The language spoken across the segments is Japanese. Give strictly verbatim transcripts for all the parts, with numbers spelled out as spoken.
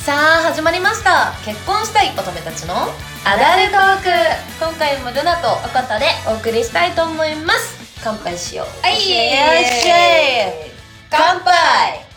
さあ始まりました。結婚したい乙女たちのアダルトーク。今回もルナとおことでお送りしたいと思います。乾杯しよう。 はい、 よっしゃい、乾杯。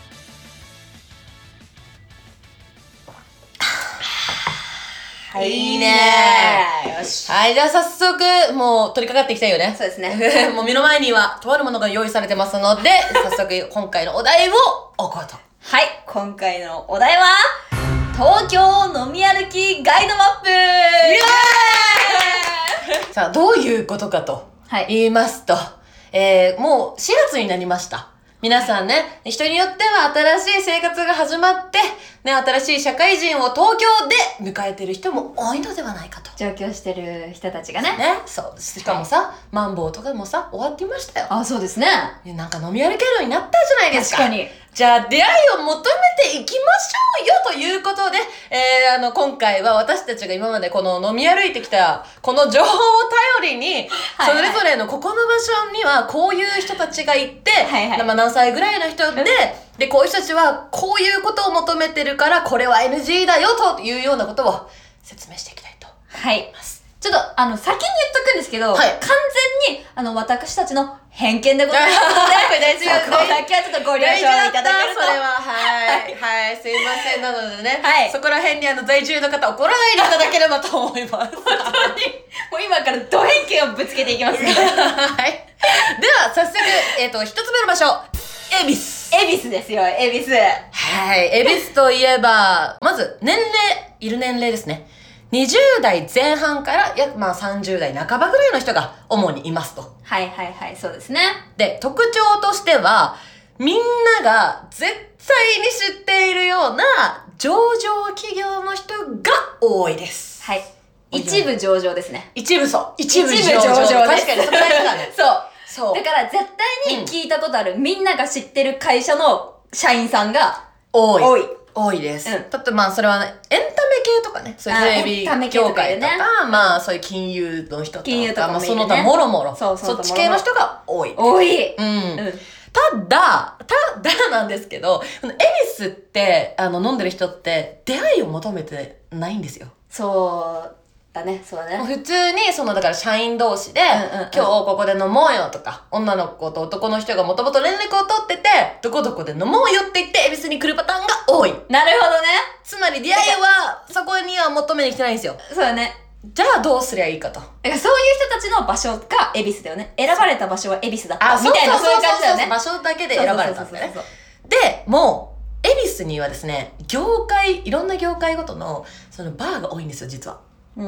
はい、いいねー。よし。はい、じゃあ早速もう取り掛かっていきたいよね。 そうですね。 もう目の前にはとあるものが用意されてますので、早速今回のお題をおこと。 はい、今回のお題は東京飲み歩きガイドマップ。イエーイ。さあどういうことかと言いますと、はい、えー、もうしがつになりました。皆さんね、人によっては新しい生活が始まって、ね、新しい社会人を東京で迎えてる人も多いのではないかと。 上京してる人たちがね。 ね、そう。しかもさ、はい、マンボウとかもさ、終わっていましたよ。 あ、そうですね。 なんか飲み歩けるようになったじゃないですか。 確かに。 じゃあ出会いを求めていきましょうよということで、えー、あの、今回は私たちが今までこの飲み歩いてきた、この情報を頼りに、はいはい、それぞれのここの場所にはこういう人たちがいて、はいはい、まあ何歳ぐらいの人で、で、こういう人たちはこういうことを求めてるから、これは エヌジー だよというようなことを説明していきたいと思います。 はい、ちょっと、あの、先に言っとくんですけど、はい、完全に、あの、私たちの偏見でございますので、これ大事そこだけはちょっとご了承いただけると。 それは、はい、はい、すいません。なのでね、はい、そこら辺にあの、在住の方怒らないでいただければと思います。 本当に、もう今からド偏見をぶつけていきますね。 はい。では、早速、えっと、一つ目の場所、恵比寿。 恵比寿ですよ、恵比寿。 はい、恵比寿といえば、まず、年齢、いる年齢ですね。にじゅう代前半から約まあさんじゅう代半ばぐらいの人が主にいますと。 はいはいはい、そうですね。 で、特徴としては、みんなが絶対に知っているような上場企業の人が多いです。 はい。一部上場ですね。 一部そう。一部上場。 一部上場です。 確かに、それ大事だね。 そう。そう。だから絶対に聞いたことある、うん、みんなが知ってる会社の社員さんが多い。 多い。多いです。うん、だってまあそれはね、エンタメ系とかね、そういうテレビ業界とか、ね、まあそういう金融の人とか、金融とかも、ね、まあその他もろもろ、そっち系の人が多い。 多い。 うん。うん、ただ、ただなんですけど、恵比寿ってあの飲んでる人って出会いを求めてないんですよ。 そうだね、そうだね。 普通にそのだから社員同士で、うんうんうん、今日ここで飲もうよとか、女の子と男の人がもともと連絡を取ってて、どこどこで飲もうよって言って恵比寿に来るパターンが多い。 なるほどね。 つまり出会いはそこには求めに来てないんですよ。 そうだね。 じゃあどうすりゃいいかと。だからそういう人たちの場所が恵比寿だよね。選ばれた場所は恵比寿だったみたいな、そういう感じだよね。 場所だけで選ばれたんだよね。で、もう恵比寿にはですね、業界、いろんな業界ごとのそのバーが多いんですよ、実は。うん、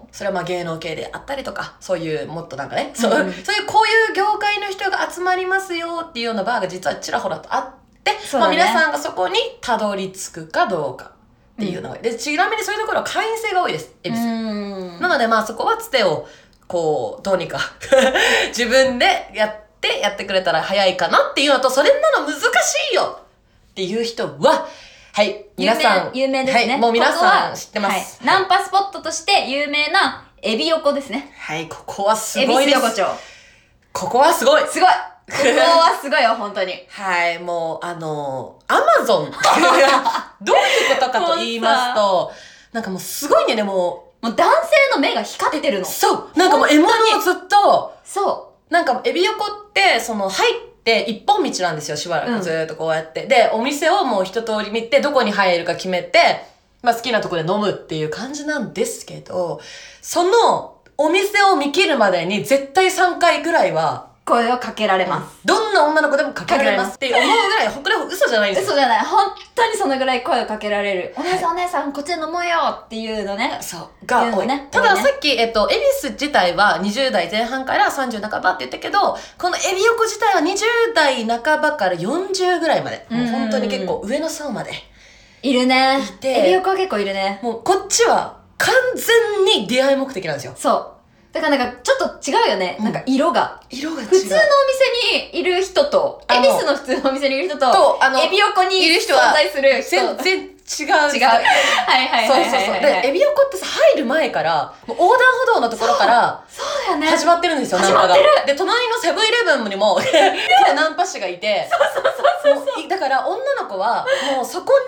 それはまあ芸能系であったりとか、そういうもっとなんかね、うん、そう、そういうこういう業界の人が集まりますよっていうようなバーが実はちらほらとあって、ね、まあ皆さんがそこにたどり着くかどうかっていうのが、うん、で、ちなみにそういうところは会員制が多いです、恵比寿。なのでまあそこはつてをこう、どうにか自分でやってやってくれたら早いかなっていうのと、それなの難しいよっていう人は、はい。皆さん。 有名ですね。 はい。もう皆さん知ってます。 はい、ナンパスポットとして有名なエビ横ですね。 はい。ここはすごいです。 恵比寿横丁。 ここはすごい。 すごい。ここはすごいよ、本当に。 はい。もう、あの、アマゾン。どういうことかと言いますと、なんかもうすごいね、でももう男性の目が光ってるの。 そう。なんかもう獲物をずっと、 そう。 なんかエビ横って、その、入って、で、一本道なんですよ、しばらくずーっとこうやって。うん、で、お店をもう一通り見て、どこに入るか決めて、まあ好きなとこで飲むっていう感じなんですけど、そのお店を見切るまでに絶対さんかいぐらいは、 声をかけられます。 どんな女の子でもかけられますって思うぐらい、これは嘘じゃないんですよ。 嘘じゃない。本当にそのぐらい声をかけられる。お姉さんお姉さん、こっちで飲もうよっていうのね。 そう。が多い。ね、たださっき、えっと、恵比寿自体はにじゅう代前半からさんじゅう半ばって言ったけど、このエビ横自体はにじゅう代半ばからよんじゅうぐらいまで。もう本当に結構上の層まで。 いるね。 いて。 エビ横は結構いるね。 もうこっちは完全に出会い目的なんですよ。 そう。だからなんかちょっと違うよね、うん、なんか色が色が違う。 普通のお店にいる人と恵比寿の普通のお店にいる人ととあのエビ横にいる人存在する人全然違う違うはいはいはいはいはい、はい、 そうそうそうでエビ横ってさ入る前からもう横断歩道のところからそうやね始まってるんですよ。 始まってる。 で隣のセブンイレブンにもナンパ師がいて、 そうそうそうそうそう。 だから女の子はもうそこに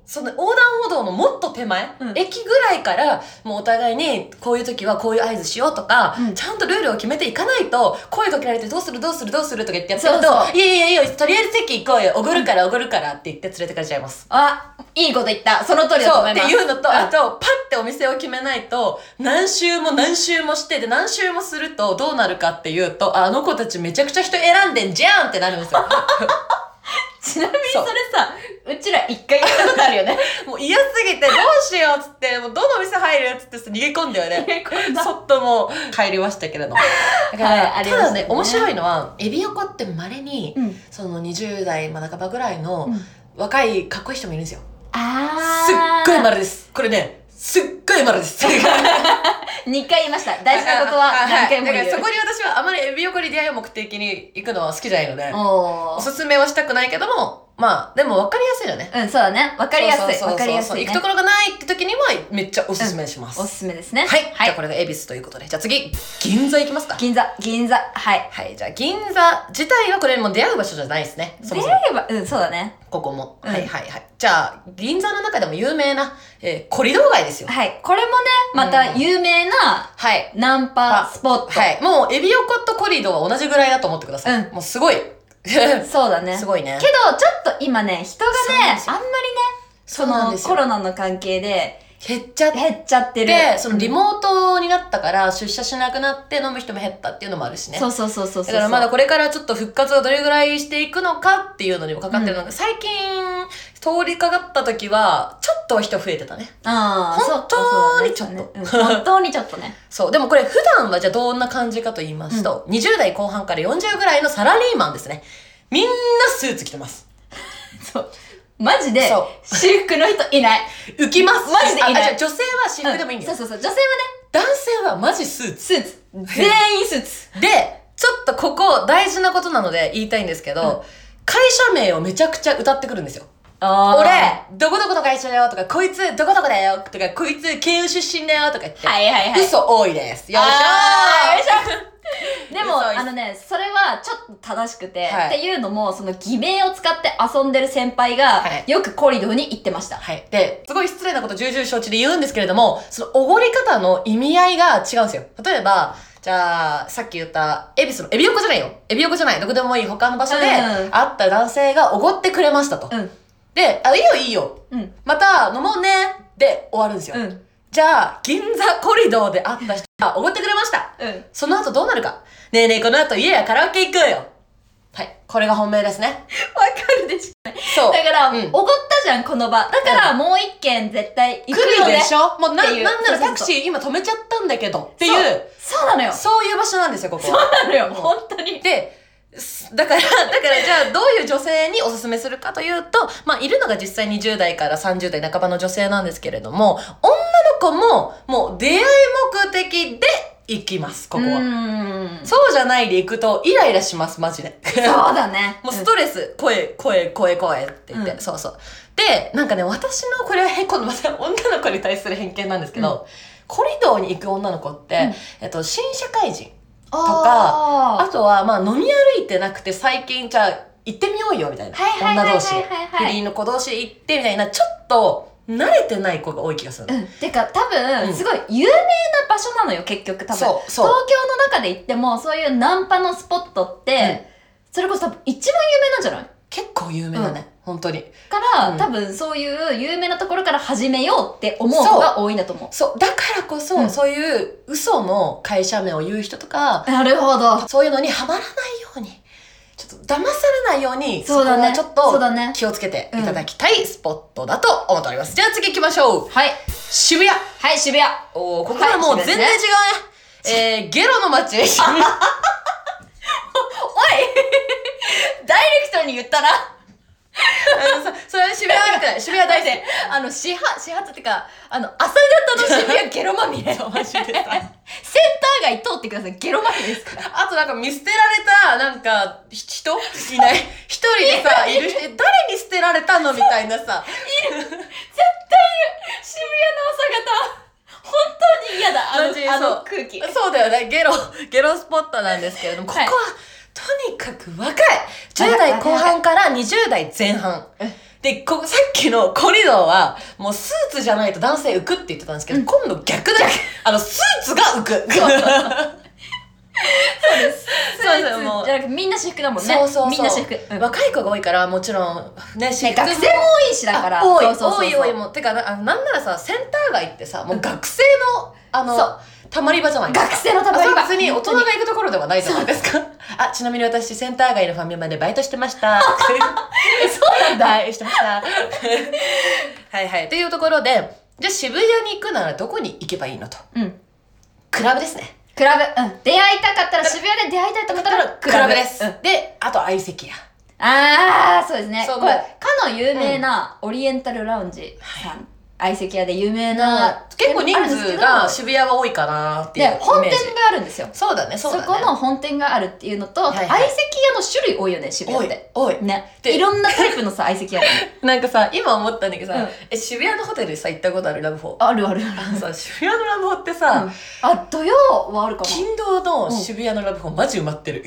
その横断歩道のもっと手前、うん、駅ぐらいからもうお互いにこういう時はこういう合図しようとか、うん、ちゃんとルールを決めていかないと、声かけられてどうするどうするどうするとか言ってやってると、そうそう、いやいやいやいや、とりあえず席行こうよ、おごるからおごるからって言って連れてかれちゃいます。 あ、いいこと言った。その通りだと思います。 そうっていうのと、うん、あとパッてお店を決めないと何周も何周もしてで何周もするとどうなるかっていうと、あの子たちめちゃくちゃ人選んでんじゃんってなるんですよ。 ちなみにそれさ、うちら一回行ったことあるよね。 もう嫌すぎてどうしようっつって、もうどの店入るっつって逃げ込んだよね。逃げ込んだ。そっともう帰りましたけれども。だから、はい、ただね、ね、面白いのは、エビ横って稀に、うん、そのにじゅう代、まあ、半ばぐらいの、うん、若いかっこいい人もいるんですよ。 あー。すっごい稀です。これね、すっごい稀です。 にかい言いました。大事なことは何回も言う。 だからそこに私はあまりエビ横に出会いを目的に行くのは好きじゃないので、お, おすすめはしたくないけども、まあでも分かりやすいよね。 うん、そうだね。分かりやすい。分かりやすい、ね。 行くところがないって時にはめっちゃおすすめします。 うん、おすすめですね。 はい。はい、じゃあこれが恵比寿ということで。じゃあ次、銀座行きますか。 銀座、銀座。はい。 はい。じゃあ銀座自体はこれもう出会う場所じゃないですね。 そもそも出会う場、うん、そうだね。 ここも。うん、はいはいはい。じゃあ、銀座の中でも有名な、えー、コリドー街ですよ。 はい。これもね、また有名な、はい。ナンパスポット。 はい。もうエビ横とコリドーは同じぐらいだと思ってください。うん。もうすごい。 そうだね。 すごいね。 けど、ちょっと今ね、人がね、あんまりね、そのコロナの関係で、 減っちゃって、 減っちゃってる。 で、そのリモートになったから出社しなくなって飲む人も減ったっていうのもあるしね。 そうそうそうそうそう。 だからまだこれからちょっと復活をどれぐらいしていくのかっていうのにもかかってるのが、うん、最近通りかかった時は、ちょっと人増えてたね。 ああ、 本当にちょっと。 ねうん、本当にちょっとね。 そう。でもこれ普段はじゃあどんな感じかと言いますと、うん、にじゅう代後半からよんじゅうぐらいのサラリーマンですね。みんなスーツ着てます。 そう。マジで、私服の人いない。 浮きます。 マジでいない。 あ、じゃあ女性は私服でもいいんだよ、 うん。そうそうそう。女性はね。 男性はマジスーツ。 スーツ。全員スーツ。 で、ちょっとここ大事なことなので言いたいんですけど、うん、会社名をめちゃくちゃ歌ってくるんですよ。俺、どこどこの会社だよとか、こいつどこどこだよとか、こいつ慶応出身だよとか言って。 はいはいはい。 嘘多いです。よいしょーよいしょでも、あのね、それはちょっと正しくて、はい、っていうのも、その偽名を使って遊んでる先輩が、はい、よくコリドーに行ってました。 はい。で、すごい失礼なこと重々承知で言うんですけれども、そのおごり方の意味合いが違うんですよ。例えば、じゃあ、さっき言った、恵比寿の、エビ横じゃないよ。エビ横じゃない。どこでもいい他の場所で、会った男性がおごってくれましたと。うん、で、あ、いいよいいよ。うん、また飲もうね。で終わるんですよ。うんじゃあ、銀座コリドーで会った人がおごってくれました。うん。その後どうなるか。ねえねえ、この後家やカラオケ行くよ。はい。これが本命ですね。 わかるでしょ。そう。だから、お、うん、ごったじゃん、この場。だから、もう一軒絶対行くよね。 来るでしょもうな、なんならタクシー今止めちゃったんだけど。っていう。 そう。そうなのよ。 そういう場所なんですよ、ここは。 そうなのよ、本当に。 で、だから、だからじゃあどういう女性におすすめするかというと、まあいるのが実際にじゅう代からさんじゅう代半ばの女性なんですけれども、女の子ももう出会い目的で行きます、ここは。うんそうじゃないで行くとイライラします、マジで。 そうだね。 もうストレス、声、声、声、声って言って、うん、そうそう。で、なんかね、私のこれは変、今度また女の子に対する偏見なんですけど、うん、コリドーに行く女の子って、うん、えっと、新社会人。とか、あ, あとは、まあ、飲み歩いてなくて、最近、じゃあ、行ってみようよ、みたいな。女同士。フリーの子同士行って、みたいな、ちょっと、慣れてない子が多い気がする。 うん。てか、多分、すごい有名な場所なのよ、結局、多分。そう、そう。東京の中で行っても、そういうナンパのスポットって、うん、それこそ多分、一番有名なんじゃない？ 結構有名だね。うん、本当に。 から、うん、多分そういう有名なところから始めようって思う子が多いんだと思う。 そう。そうだからこそ、うん、そういう嘘の会社名を言う人とか、 なるほど。 そういうのにハマらないように、ちょっと騙されないように、そうだね。そこはちょっと気をつけていただきたいスポットだと思っております。うん、じゃあ次行きましょう。 はい。 渋谷。 はい、渋谷。 おー、ここはもう全然違うね。はい、えー、ゲロの街。おいダイレクトに言ったな。 あのさ、それは渋谷悪くない。渋谷大好き。 あの、始発、始発ってか、あの、朝方の渋谷ゲロまみれ。マジでさ。センター街通ってください。ゲロまみれですから。 あとなんか見捨てられた、なんか、人いない。一人でさ、いる人、誰に捨てられたのみたいなさ。 いる。絶対いる。渋谷の朝方。本当に嫌だ。あの、あの空気。 そうだよね。ゲロ、ゲロスポットなんですけれども、ここは、とにかく若い。じゅう代後半からにじゅう代前半。で、 で、こさっきのコリドーは、もうスーツじゃないと男性浮くって言ってたんですけど、うん、今度逆だ。あの、スーツが浮く。そうそうそうそうです。そうです。もうじゃなくてみんな私服だもんね。 そうそうそう。 みんな私服。 うん、若い子が多いから、もちろん、ね、 私服。学生も多いしだから。 多い、 そうそうそうそう多い多いもう。てかな、あの、なんならさ、センター街ってさ、もう学生の、あの、そうたまり場じゃないですか。 学生のたまり場。 別に大人が行くところではないじゃないですか。あ、ちなみに私、センター街のファミマでバイトしてました。 そうなんだ。 はい、してました。はいはい。というところで、じゃあ渋谷に行くならどこに行けばいいのと。うん。クラブですね。 クラブ。うん。出会いたかったら、渋谷で出会いたいと思ったら、 クラブです。うん、で、あと相席屋。 あー、そうですね。そうこれ、かの有名なオリエンタルラウンジさん。はい、相席屋で有名な、 結構人数が渋谷は多いかなっていうイメージ。 本店があるんですよ。 そうだね、そうだね。 そこの本店があるっていうのと、はいはい、相席屋の種類多いよね、渋谷って。 多い。 ね。いろんなタイプのさ、相席屋がなんかさ、今思ったんだけどさ、うん、え、渋谷のホテルさ、行ったことあるラブホ？ あるあるある。 あのさ、渋谷のラブホってさ、うん、 あ、土曜はあるかな。 金堂の渋谷のラブホ、マジ埋まってる。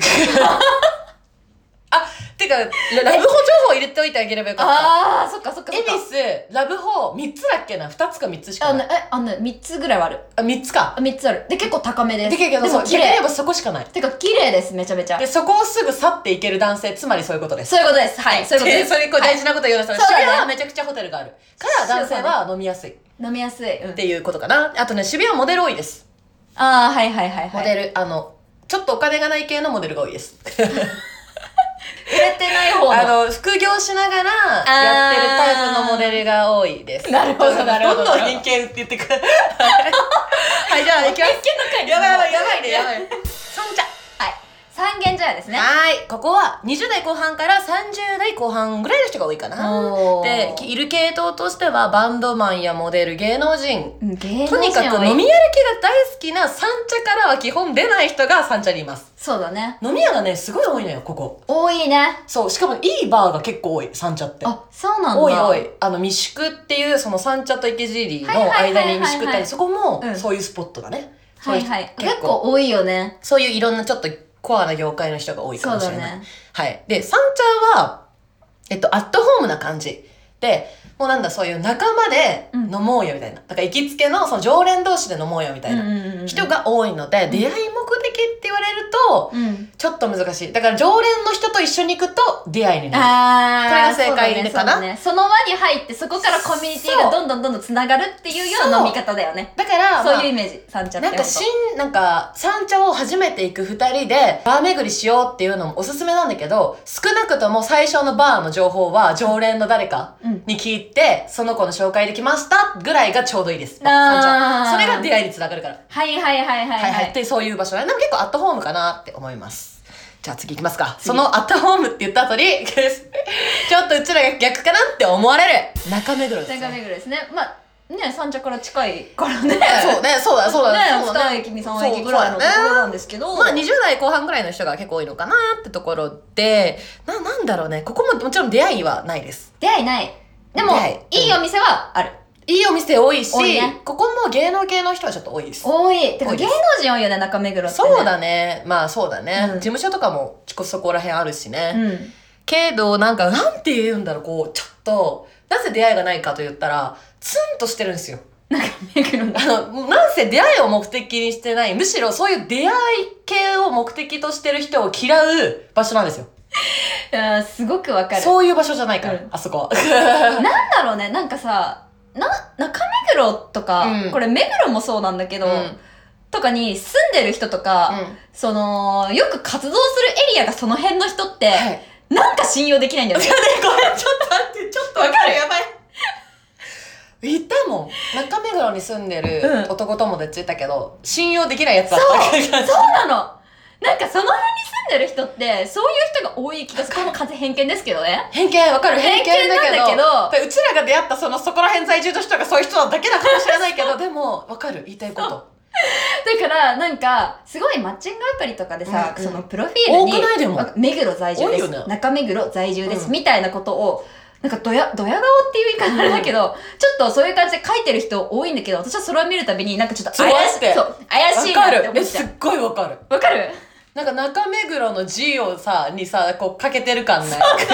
あ、てか、ラブホ情報入れておいてあげればよかった。 ああ、そっかそっかそっか。 恵比寿、ラブホ、みっつだっけな？ふたつかみっつしかない。 あの、え、あの、みっつぐらいはある。 あ、みっつか。 みっつある。で、結構高めです。 で、けど、そう、逆に言えばそこしかない。 てか、綺麗です、めちゃめちゃ。 で、そこをすぐ去っていける男性、つまりそういうことです。 そういうことです。はい、そういうことです。 それ、これ大事なこと言うの、それ。渋谷はめちゃくちゃホテルがある。から、男性は飲みやすい。 飲みやすい。 っていうことかな。あとね、渋谷はモデル多いです。 ああ、はいはいはいはい。 モデル、あの、ちょっとお金がない系のモデルが多いです。 売れてない方の。 あの、副業しながらやってるタイプのモデルが多いです。 なるほど、なるほど。 どんどん偏見って言ってくる。はい、じゃあ、行きます。偏見の回やばいやばいやばいね、やばい。三茶。 はい。三軒茶屋ですね。 はい。ここはにじゅう代後半からさんじゅう代後半ぐらいの人が多いかな。で、いる系統としては、バンドマンやモデル、芸能人。芸能人とにかく飲み屋歴が大好きな三茶からは基本出ない人が三茶にいます。 そうだね。 飲み屋がね、すごい多いのよ、ここ。 多いね。 そう、しかもいいバーが結構多い、三茶って。 あ、そうなんだ。 多い多い。あの、三宿っていう、その三茶と池尻の間に三宿ってある、そこも、そういうスポットだね。 はいはい。結構多いよね。 そういういろんなちょっとコアな業界の人が多いかもしれない。そうだね。はい。で、三茶は、えっと、アットホームな感じ。で、もうなんだ、そういう仲間で飲もうよみたいな。だから行きつけのその常連同士で飲もうよみたいな人が多いので、出会い目的って言われると、ちょっと難しい。だから常連の人と一緒に行くと出会いになる。あこれが正解かな。 そ, ね そ, ね、その輪に入ってそこからコミュニティがどんどんどんどんつながるっていうような飲み方だよね。 だから、 そういうイメージ、三茶って。 なんか新、なんか三茶を初めて行く二人でバー巡りしようっていうのもおすすめなんだけど、少なくとも最初のバーの情報は常連の誰かに聞いて、で、その子の紹介できましたぐらいがちょうどいいです。三茶。それが出会いにつながるから。 はいはいはいはい。はいはい。 ってそういう場所ね。でも結構アットホームかなって思います。じゃあ次行きますか。そのアットホームって言った後に、ちょっとうちらが逆かなって思われる中目黒です、ね。 中目黒ですね。まあ、ね、三茶から近いからね。 そうね、そうだ、そうだ。 ね、二駅に三駅ぐらいのところなんですけど。 まあにじゅう代後半ぐらいの人が結構多いのかなってところで、な、なんだろうね。ここももちろん出会いはないです。 出会いない。でも、いいお店はある。 いいお店多いし、ね、ここも芸能系の人はちょっと多いです。 多い。てか芸能人多いよね、中目黒って、ね。 そうだね。まあそうだね。うん、事務所とかもそこら辺あるしね。うん、けど、なんか、なんて言うんだろう、こう、ちょっと、なぜ出会いがないかと言ったら、ツンとしてるんですよ。 中目黒の。 あの、なんせ出会いを目的にしてない、むしろそういう出会い系を目的としてる人を嫌う場所なんですよ。 いやすごくわかる。 そういう場所じゃないから、うん、あそこは。 なんだろうね、なんかさ、な、中目黒とか、うん、これ目黒もそうなんだけど、うん、とかに住んでる人とか、うん、その、よく活動するエリアがその辺の人って、はい、なんか信用できないんだよね。 ごめん、ちょっと待って、ちょっとわかる、やばい。いたもん。中目黒に住んでる男友達いたけど、うん、信用できないやつだった。 そう、そうなの。なんかその辺に住んでる人って、そういう人が多い気がする。この風偏見ですけどね。 偏見、わかる。偏見だけど。 偏見なんだけど。 うちらが出会ったその、そこら辺在住の人がそういう人なだけだかもしれないけど、でも、わかる。言いたいこと。 だから、なんか、すごいマッチングアプリとかでさ、うんうん、そのプロフィールに、 多くないでも目黒在住です。ね、中目黒在住です、うん。みたいなことを、なんかドヤ、ドヤ顔っていう言い方あれだけど、うん、ちょっとそういう感じで書いてる人多いんだけど、私はそれを見るたびになんかちょっと怪しい。そう、怪しいなって思っちゃう。 すっごいわかる。 わかる？ なんか中目黒の字をさ、にさ、こうかけてる感ない。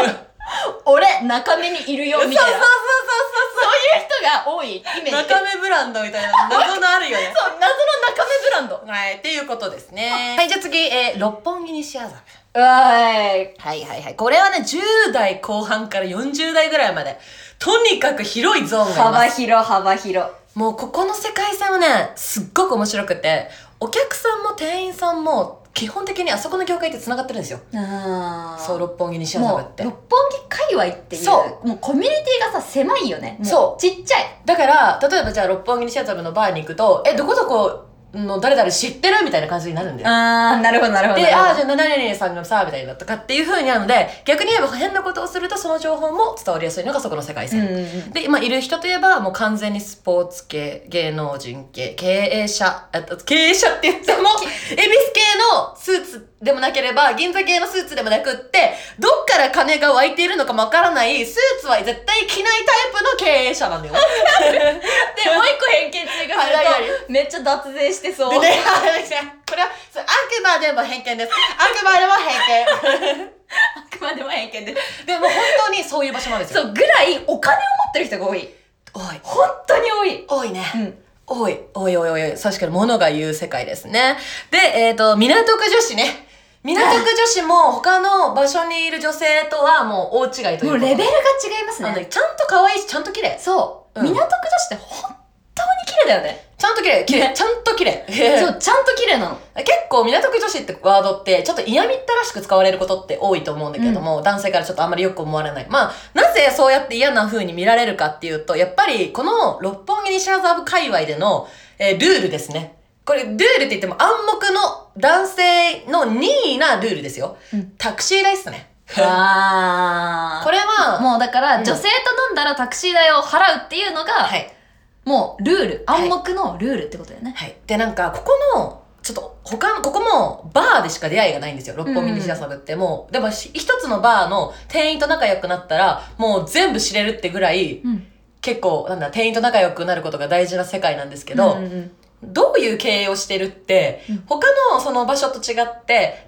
俺中目にいるよみたいな。 そうそうそうそういう人が多いイメージ。 中目ブランドみたいな謎のあるよね。 そう、謎の中目ブランド。 はい、っていうことですね。はい、じゃあ次、えー、六本木西麻布。 うわーい。 はいはいはい。これはね、じゅう代後半からよんじゅう代ぐらいまで、とにかく広いゾーンがあります。 幅広、幅広。 もうここの世界線はね、すっごく面白くて、お客さんも店員さんも、基本的にあそこの業界って繋がってるんですよ。 あそう、六本木西麻布って。 六本木界隈っていう、そうもうコミュニティがさ、狭いよね。 そう。 ちっちゃい。 だから、例えばじゃあ六本木西麻布のバーに行くと、え、どこどこの誰々知ってるみたいな感じになるんだよ。 あー、なるほどなるほど。 で、あー、じゃあ何々さんがさ、みたいなとかっていう風になるので、逆に言えば変なことをするとその情報も伝わりやすいのがそこの世界線。うんうんうん、で、今いる人といえばもう完全にスポーツ系、芸能人系、経営者、えっと、経営者って言っても、恵比寿系のスーツでもなければ、銀座系のスーツでもなくって、どっから金が湧いているのかもわからない、スーツは絶対着ないタイプの経営者なんだよね。 で、もう一個偏見追加すると、めっちゃ脱税してそう。 でね、これは、あくまでも偏見です。あくまでも偏見。 あくまでも偏見です。 でも本当にそういう場所なんですよ。 そう、ぐらいお金を持ってる人が多い。 多い。 本当に多い。 多いね。 うん。 多い。多い多い多い。確かに物が言う世界ですね。で、えっと、港区女子ね。港区女子も他の場所にいる女性とはもう大違いということ。 もうレベルが違いますね。 ちゃんと可愛いし、ちゃんと綺麗。 そう。うん、港区女子って本当に綺麗だよね。 ちゃんと綺麗。綺麗。ちゃんと綺麗。 そう、ちゃんと綺麗なの。 結構港区女子ってワードってちょっと嫌みったらしく使われることって多いと思うんだけども、うん、男性からちょっとあんまりよく思われない。まあ、なぜそうやって嫌な風に見られるかっていうと、やっぱりこの六本木西麻布界隈での、えー、ルールですね。これ、ルールって言っても暗黙の男性の任意なルールですよ。うん、タクシー代っすね。 あー。 これは、 もうだから、うん、女性と飲んだらタクシー代を払うっていうのが、はい、もうルール、暗黙のルールってことだよね。 はい。で、なんか、ここの、ちょっと、他の、ここも、バーでしか出会いがないんですよ。六本木西麻布って。もう、でも、一つのバーの店員と仲良くなったら、もう全部知れるってぐらい、うん、結構、なんだ、店員と仲良くなることが大事な世界なんですけど、うんうんうん、どういう経営をしてるって、うん、他のその場所と違って、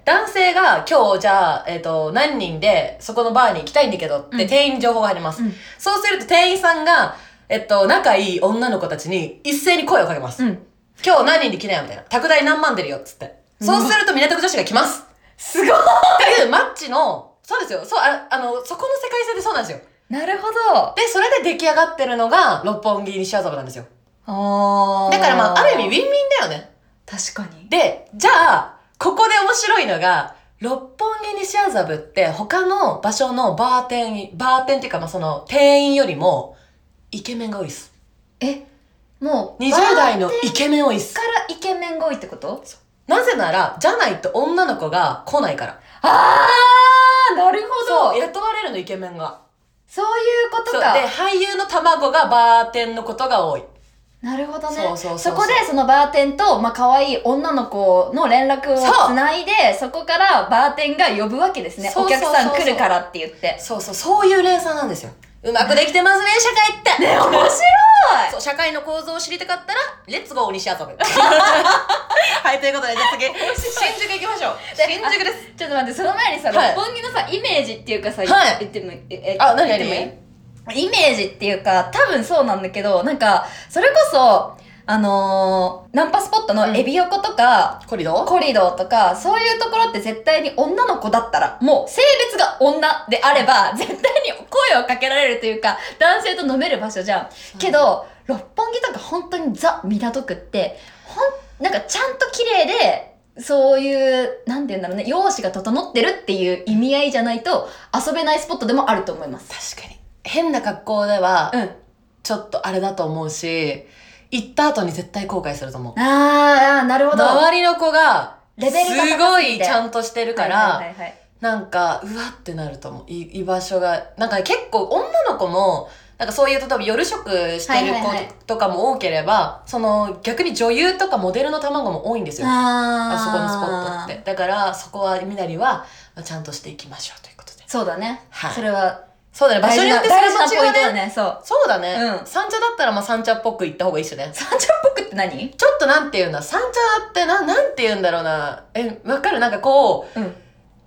男性が今日じゃあ、えっと、何人でそこのバーに行きたいんだけどって、店員に情報が入ります。うん、そうすると店員さんが、えっと、仲いい女の子たちに一斉に声をかけます。うん、今日何人で来なよみたいな。宅代何万出るよっつって。そうすると港区女子が来ます。 すごいっていうマッチの、そうですよ。そう、あ、あの、そこの世界線でそうなんですよ。 なるほど。 で、それで出来上がってるのが六本木西麻布なんですよ。 あだからまあ、ある意味ウィンウィンだよね。 確かに。 で、じゃあ、ここで面白いのが、六本木西麻布って他の場所のバーテン、バーテンっていうかまあその店員よりもイケメンが多いです。 え、もうにじゅう代のイケメン多いです。 からイケメンが多いってこと？ なぜなら、じゃないと女の子が来ないから。 あー、なるほど。 そう、雇われるのイケメンが。 そういうことか。 で、俳優の卵がバーテンのことが多い。 なるほどね。 そうそうそうそう。 そこでそのバーテンと、まあ、可愛い女の子の連絡をつないで、そ, そこからバーテンが呼ぶわけですね。お客さん来るからって言って。 そうそう、そういう連鎖なんですよ。うまくできてますね、社会って。 ね、面白い。 そう、社会の構造を知りたかったら、レッツゴー西麻布。はい、ということで、じゃあ次、新宿行きましょう。新宿です。 ちょっと待って、その前にさ、はい、六本木のさ、イメージっていうかさ、 はい、 言ってもいい？え、 あ、何何イメージっていうか、多分そうなんだけど、なんか、それこそ、あのー、ナンパスポットのエビ横とか、 うん、コリドーコリドーとか、そういうところって絶対に女の子だったら、もう性別が女であれば、絶対に声をかけられるというか、男性と飲める場所じゃん。けど、六本木とか本当にザ・港区って、ほん、なんかちゃんと綺麗で、そういう、なんて言うんだろうね、容姿が整ってるっていう意味合いじゃないと、遊べないスポットでもあると思います。 確かに。変な格好では、 うん、 ちょっとあれだと思うし、行った後に絶対後悔すると思う。 あー、なるほど。 周りの子が、 レベルが高すぎてすごいちゃんとしてるから、 はいはいはいはい、 なんか、うわってなると思う。い居場所が。なんか結構女の子も、なんかそういう、例えば夜食してる子とかも多ければ、はいはいはい、その逆に女優とかモデルの卵も多いんですよ。あ, あそこのスポットって。だから、そこはみなりは、ちゃんとしていきましょうということで。 そうだね。 はい。 それは、 そうだね。場所によってそれも違うね。 だね。そう。 そうだね。 うん。 三茶だったらまあ三茶っぽく行った方がいいっすよね。 三茶っぽくって何？ ちょっとなんて言うんだ。三茶ってな、なんて言うんだろうな。え、わかる？なんかこう、うん、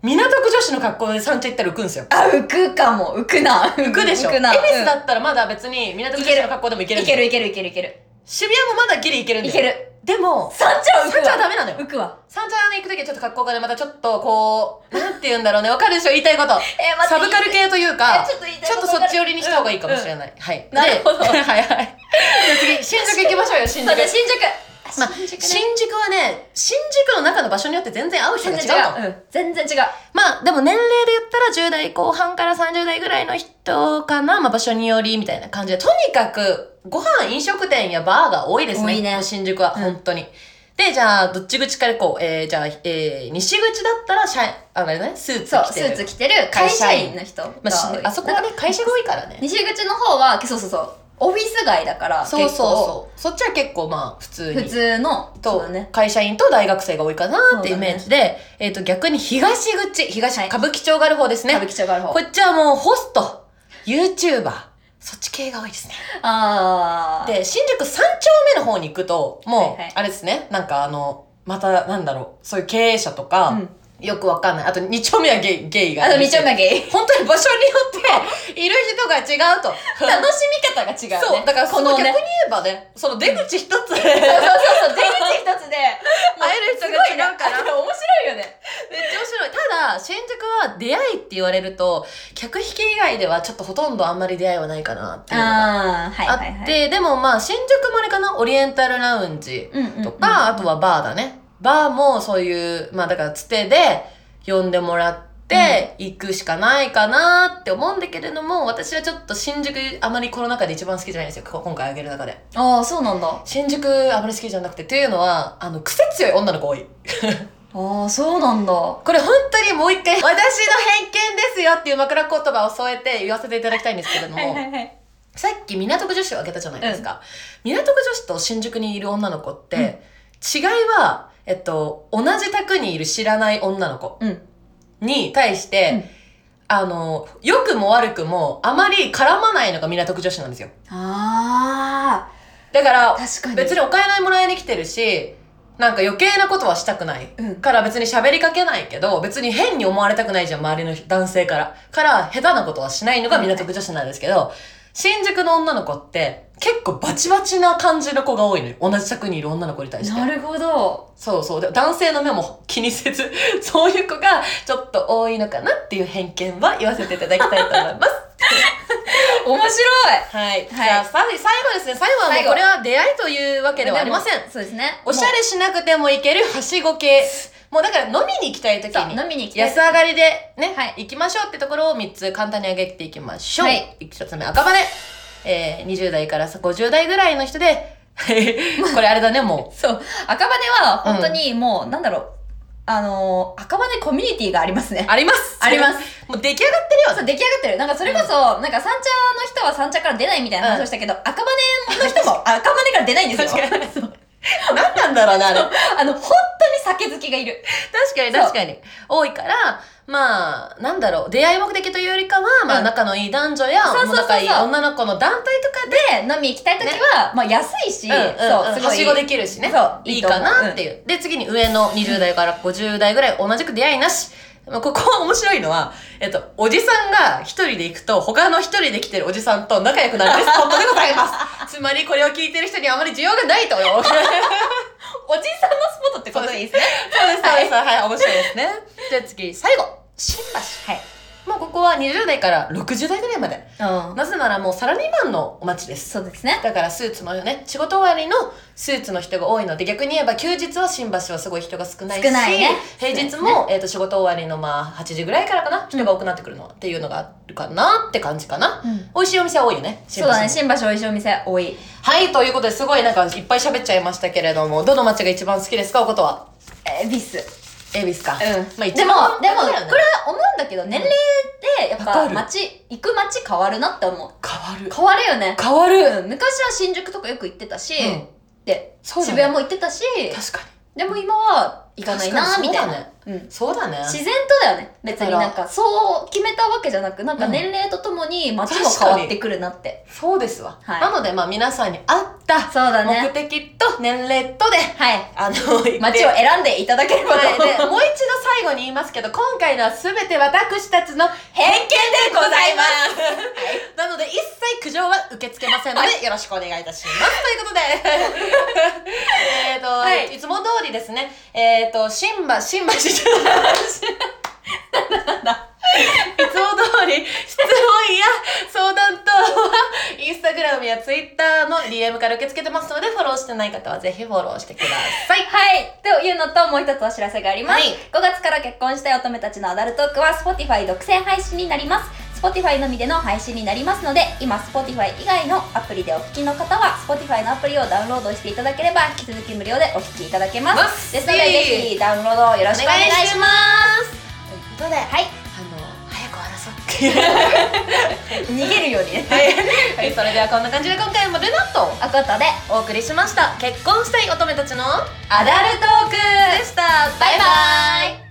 港区女子の格好で三茶行ったら浮くんですよ。 あ、浮くかも。浮くな。 浮くでしょ。 浮くな。 恵比寿だったらまだ別に港区女子の格好でもいける。 いけるいけるいけるいける。 渋谷もまだギリいけるんだよ。 いける。 でも、 三茶は浮くわ。 三茶はダメなのよ。 浮くわ。 三茶に行くときはちょっと格好がね、またちょっとこう、なんて言うんだろうね。わかるでしょ言いたいこと。 えー、待って。 サブカル系というか、 ちょっと言いたいちょっとそっち寄りにした方がいいかもしれない。うんうん、はい。 なるほど。 はいはい。じゃあ次、新宿行きましょうよ、新宿。 そうね、新宿。 まあ、新宿ね、新宿はね、新宿の中の場所によって全然合う人が違うと。 うん、全然違う。 まあ、でも年齢で言ったらじゅう代後半からさんじゅう代ぐらいの人かな。まあ、場所によりみたいな感じで。とにかく、ご飯、飲食店やバーが多いですね。多いね。新宿は、うん、本当に。で、じゃあ、どっち口からこう、えー、じゃあ、えー、西口だったら、社員、あれね、スーツ着てる。 そう、スーツ着てる会社員の人が多い。 まあ、あそこはね、会社が多いからね。 西口の方は、そうそうそう。オフィス街だから、 そうそうそう。そっちは結構まあ、普通に。 普通の、 と、ね、会社員と大学生が多いかなってイメージで、ね、えっと、逆に東口、東、はい、歌舞伎町がある方ですね。 歌舞伎町がある方。 こっちはもう、ホスト、YouTuber、そっち系が多いですね。 あー。 で、新宿さん丁目の方に行くと、もう、はいはい、あれですね、なんかあの、また、なんだろう、そういう経営者とか、うん、よくわかんない。あと、二丁目はゲイ、ゲイが。 あと、二丁目はゲイ。 本当に場所によって、いる人が違うと。 楽しみ方が違う、ね。 そう。だから、その逆に言えばね、その出口一つ。そうそうそう、出口一つで、 会える人が違うから。面白いよね。 めっちゃ面白い。ただ、新宿は出会いって言われると、客引き以外ではちょっとほとんどあんまり出会いはないかなっていうのがあって、はいはいはい、でもまあ、新宿もあれかな、オリエンタルラウンジとか、あとはバーだね。バーもそういう、まあだからつてで呼んでもらって行くしかないかなって思うんだけれども、私はちょっと新宿あまりこの中で一番好きじゃないんですよ。今回あげる中で。 ああ、そうなんだ。 新宿あまり好きじゃなくて、っていうのは、あの、癖強い女の子多い。 ああ、そうなんだ。これ本当にもう一回、私の偏見ですよっていう枕言葉を添えて言わせていただきたいんですけれども、はいはいはい、さっき港区女子を挙げたじゃないですか。うん、港区女子と新宿にいる女の子って、うん、違いは、えっと、同じ宅にいる知らない女の子に対して、うん、あの、良くも悪くもあまり絡まないのが港区女子なんですよ。 ああ。 だから、確かに別にお金もらいに来てるし、なんか余計なことはしたくない。うん、から別に喋りかけないけど、別に変に思われたくないじゃん、周りの男性から。から、下手なことはしないのが港区女子なんですけど、はいはい、新宿の女の子って、結構バチバチな感じの子が多いのよ。同じ宅にいる女の子に対して。 なるほど。 そうそう。で男性の目も気にせず、そういう子がちょっと多いのかなっていう偏見は言わせていただきたいと思います。 面白い。 はい。はい、じゃあ、最後ですね。最後はもうこれは出会いというわけではありません。 そうですね。 おしゃれしなくてもいけるはしご系。もうだから飲みに行きたい時に、 飲みに行きたい安上がりでね、はい、行きましょうってところをみっつ簡単に挙げていきましょう。はい。ひとつめ、赤羽。えー、にじゅう代からごじゅう代ぐらいの人で、これあれだね、もう。 そう。赤羽は本当にもう、うん、なんだろう。あのー、赤羽コミュニティがありますね。 あります。 あります。 もう出来上がってるよ。 そう、出来上がってる。なんかそれこそ、うん、なんか三茶の人は三茶から出ないみたいな話をしたけど、うん、赤羽の人も赤羽から出ないんですよ。 確かに。何なんだろうな、あれ。 あの、本当に酒好きがいる。 確かに確かに。多いから、まあ、なんだろう、出会い目的というよりかは、まあ、うん、仲のいい男女や、仲いい女の子の団体とかで、 飲み行きたいときは、ね、まあ、安いし、うんうんうん、そう、すごい。 はしごできるしね。そう、いいかなっていう。うん、で、次に上のにじゅう代からごじゅう代ぐらい同じく出会いなし。ここ面白いのは、えっと、おじさんが一人で行くと、他の一人で来てるおじさんと仲良くなるスポットでございます。つまり、これを聞いてる人にあまり需要がないとよ。 おじさんのスポットってことでいいですね。 そうです、そうです。はい、はい、面白いですね。じゃあ次、最後。新橋。はい。もうここはにじゅう代からろくじゅう代ぐらいまで。うん。なぜならもうサラリーマンのお街です。 そうですね。 だからスーツのね、仕事終わりのスーツの人が多いので、逆に言えば休日は新橋はすごい人が少ないし、 少ないね、 平日も、ね、えっと仕事終わりのまあはちじぐらいからかな、人が多くなってくるのっていうのがあるかなって感じかな。うん、美味しいお店は多いよね。 そうだね、新橋美味しいお店多い。 はい、ということですごいなんかいっぱい喋っちゃいましたけれども、どの街が一番好きですか、おことは。 恵比寿。 恵比寿か。 うん。まあ一番でも、でも、これは思うんだけど、年齢で、やっぱ、街、行く街変わるなって思う。 変わる。 変わるよね。 変わる。 うん。昔は新宿とかよく行ってたし、うん、で、渋谷も行ってたし、 確かに。 でも今は行かないなみたいな。 うん。そうだね。 自然とだよね。別になんか、そう決めたわけじゃなく、なんか年齢とともに街も変わってくるなって。 そうですわ。はい。なので、まあ皆さんに合ったたそうだね目的と年齢とで、 はい、 あの街を選んでいただければと、 はい、でもう一度最後に言いますけど、今回のは全て私たちの偏見でございます、はい、なので一切苦情は受け付けませんので、はい、よろしくお願いいたしますということでえっと、はい、いつも通りですね、えっ、ー、と新橋新橋じゃないなんだいつも通り質問や相談等はインスタグラムやツイッターの ディーエム から受け付けてますので、フォローしてない方はぜひフォローしてください。 はい、というのともう一つお知らせがあります、はい、ごがつから結婚したい乙女たちのアダルトークは Spotify 独占配信になります。 Spotify のみでの配信になりますので、今 Spotify 以外のアプリでお聞きの方は Spotify のアプリをダウンロードしていただければ引き続き無料でお聞きいただけますですので、ぜひダウンロードよろしくお願いしますということで、はい、 逃げるようにねはい、それではこんな感じで今回もルナとアコトでお送りしました。結婚したい乙女たちのアダルトークでした。バイバイ。